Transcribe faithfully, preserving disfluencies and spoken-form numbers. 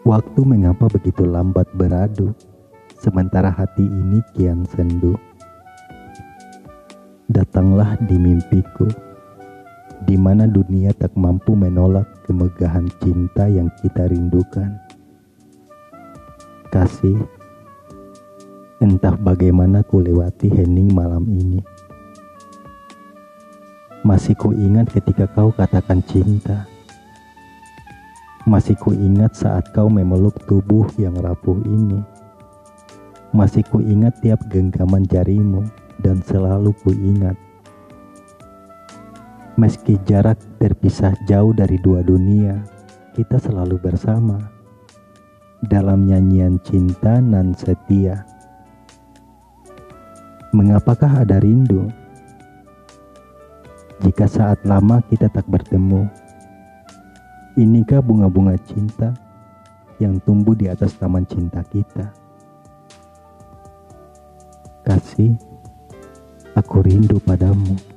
Waktu mengapa begitu lambat beradu, sementara hati ini kian sendu. Datanglah di mimpiku, di mana dunia tak mampu menolak kemegahan cinta yang kita rindukan. Kasih, entah bagaimana ku lewati hening malam ini. Masih ku ingat ketika kau katakan cinta. Masih ku ingat saat kau memeluk tubuh yang rapuh ini. Masih ku ingat tiap genggaman jarimu dan selalu ku ingat. Meski jarak terpisah jauh dari dua dunia, kita selalu bersama dalam nyanyian cinta nan setia. Mengapakah ada rindu jika saat lama kita tak bertemu? Inikah bunga-bunga cinta yang tumbuh di atas taman cinta kita? Kasih, aku rindu padamu.